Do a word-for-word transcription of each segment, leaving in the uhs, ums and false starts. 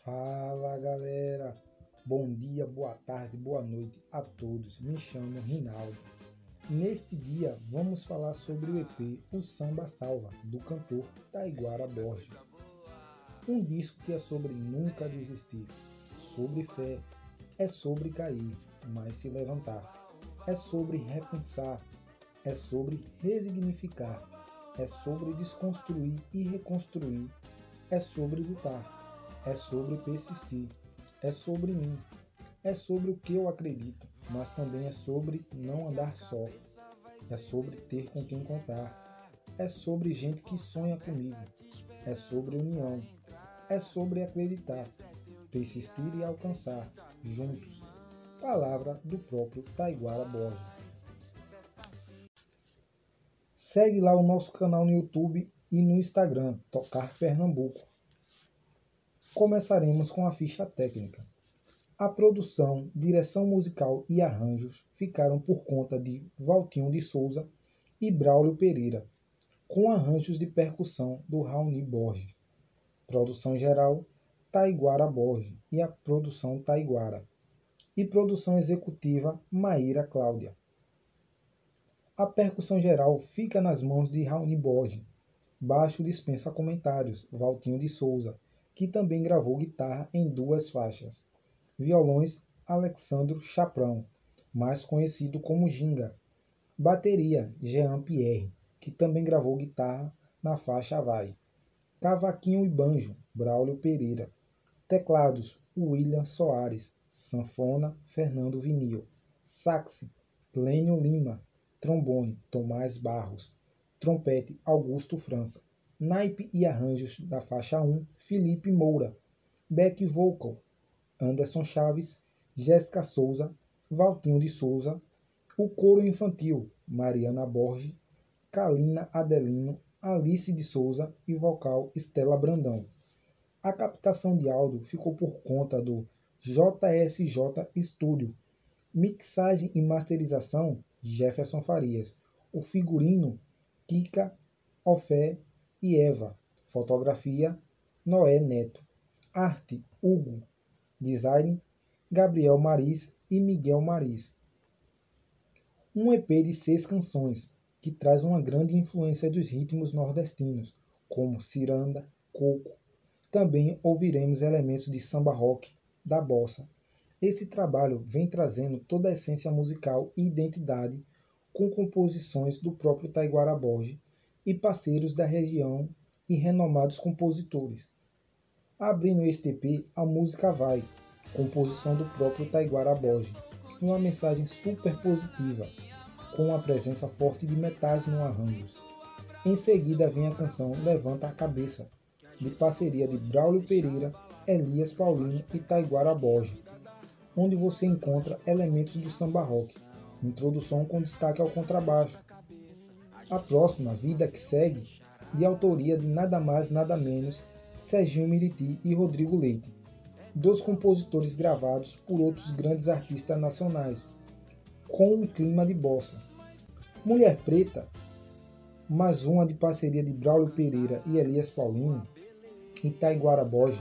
Fala galera, bom dia, boa tarde, boa noite a todos. Me chamo Rinaldo. Neste dia vamos falar sobre o E P O Samba Salva, do cantor Taiguara Borges. Um disco que é sobre nunca desistir, sobre fé, é sobre cair, mas se levantar. É sobre repensar, é sobre resignificar, é sobre desconstruir e reconstruir, é sobre lutar. É sobre persistir, é sobre mim, é sobre o que eu acredito, mas também é sobre não andar só, é sobre ter com quem contar, é sobre gente que sonha comigo, é sobre união, é sobre acreditar, persistir e alcançar, juntos. Palavra do próprio Taiguara Borges. Segue lá o nosso canal no YouTube e no Instagram, Tocar Pernambuco. Começaremos com a ficha técnica. A produção, direção musical e arranjos ficaram por conta de Valtinho de Souza e Braulio Pereira, com arranjos de percussão do Raoni Borges. Produção geral, Taiguara Borges e a produção Taiguara. E produção executiva, Maíra Cláudia. A percussão geral fica nas mãos de Raoni Borges. Baixo dispensa comentários, Valtinho de Souza, que também gravou guitarra em duas faixas. Violões, Alexandro Chaprão, mais conhecido como Ginga. Bateria, Jean Pierre, que também gravou guitarra na faixa Vai. Cavaquinho e banjo, Braulio Pereira. Teclados, William Soares. Sanfona, Fernando Vinil. Sax, Lênio Lima. Trombone, Tomás Barros. Trompete, Augusto França. Naipe e arranjos da faixa um, Felipe Moura. Back vocal, Anderson Chaves, Jéssica Souza, Valtinho de Souza. O coro infantil, Mariana Borges, Kalina Adelino, Alice de Souza e vocal Estela Brandão. A captação de áudio ficou por conta do J S J Studio. Mixagem e masterização, Jefferson Farias. O figurino, Kika Ofé e Eva. Fotografia, Noé Neto. Arte, Hugo. Design, Gabriel Maris e Miguel Maris. Um E P de seis canções, que traz uma grande influência dos ritmos nordestinos, como ciranda, coco. Também ouviremos elementos de samba rock, da bossa. Esse trabalho vem trazendo toda a essência musical e identidade, com composições do próprio Taiguara Borges e parceiros da região e renomados compositores. Abrindo este E P, a música Vai, composição do próprio Taiguara Borges, uma mensagem super positiva, com uma presença forte de metais no arranjo. Em seguida vem a canção Levanta a Cabeça, de parceria de Braulio Pereira, Elias Paulino e Taiguara Borges, onde você encontra elementos do samba rock, introdução com destaque ao contrabaixo. A próxima, Vida que Segue, de autoria de nada mais nada menos Serginho Miriti e Rodrigo Leite, dois compositores gravados por outros grandes artistas nacionais, com um clima de bossa. Mulher Preta, mais uma de parceria de Braulio Pereira e Elias Paulino e Taiguara Borges,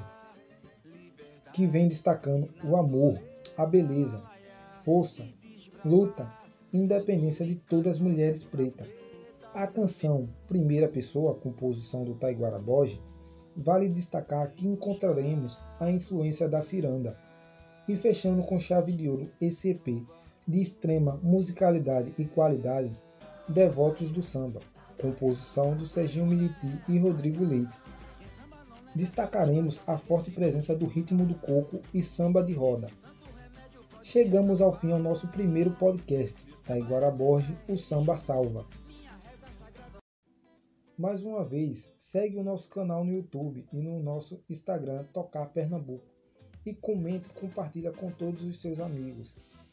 que vem destacando o amor, a beleza, força, luta, independência de todas as mulheres pretas. A canção Primeira Pessoa, composição do Taiguara Borges, vale destacar que encontraremos a influência da ciranda. E fechando com chave de ouro esse E P de extrema musicalidade e qualidade, Devotos do Samba, composição do Serginho Miriti e Rodrigo Leite. Destacaremos a forte presença do ritmo do coco e samba de roda. Chegamos ao fim ao nosso primeiro podcast, Taiguara Borges, o Samba Salva. Mais uma vez, segue o nosso canal no YouTube e no nosso Instagram Tocar Pernambuco. E comente e compartilha com todos os seus amigos.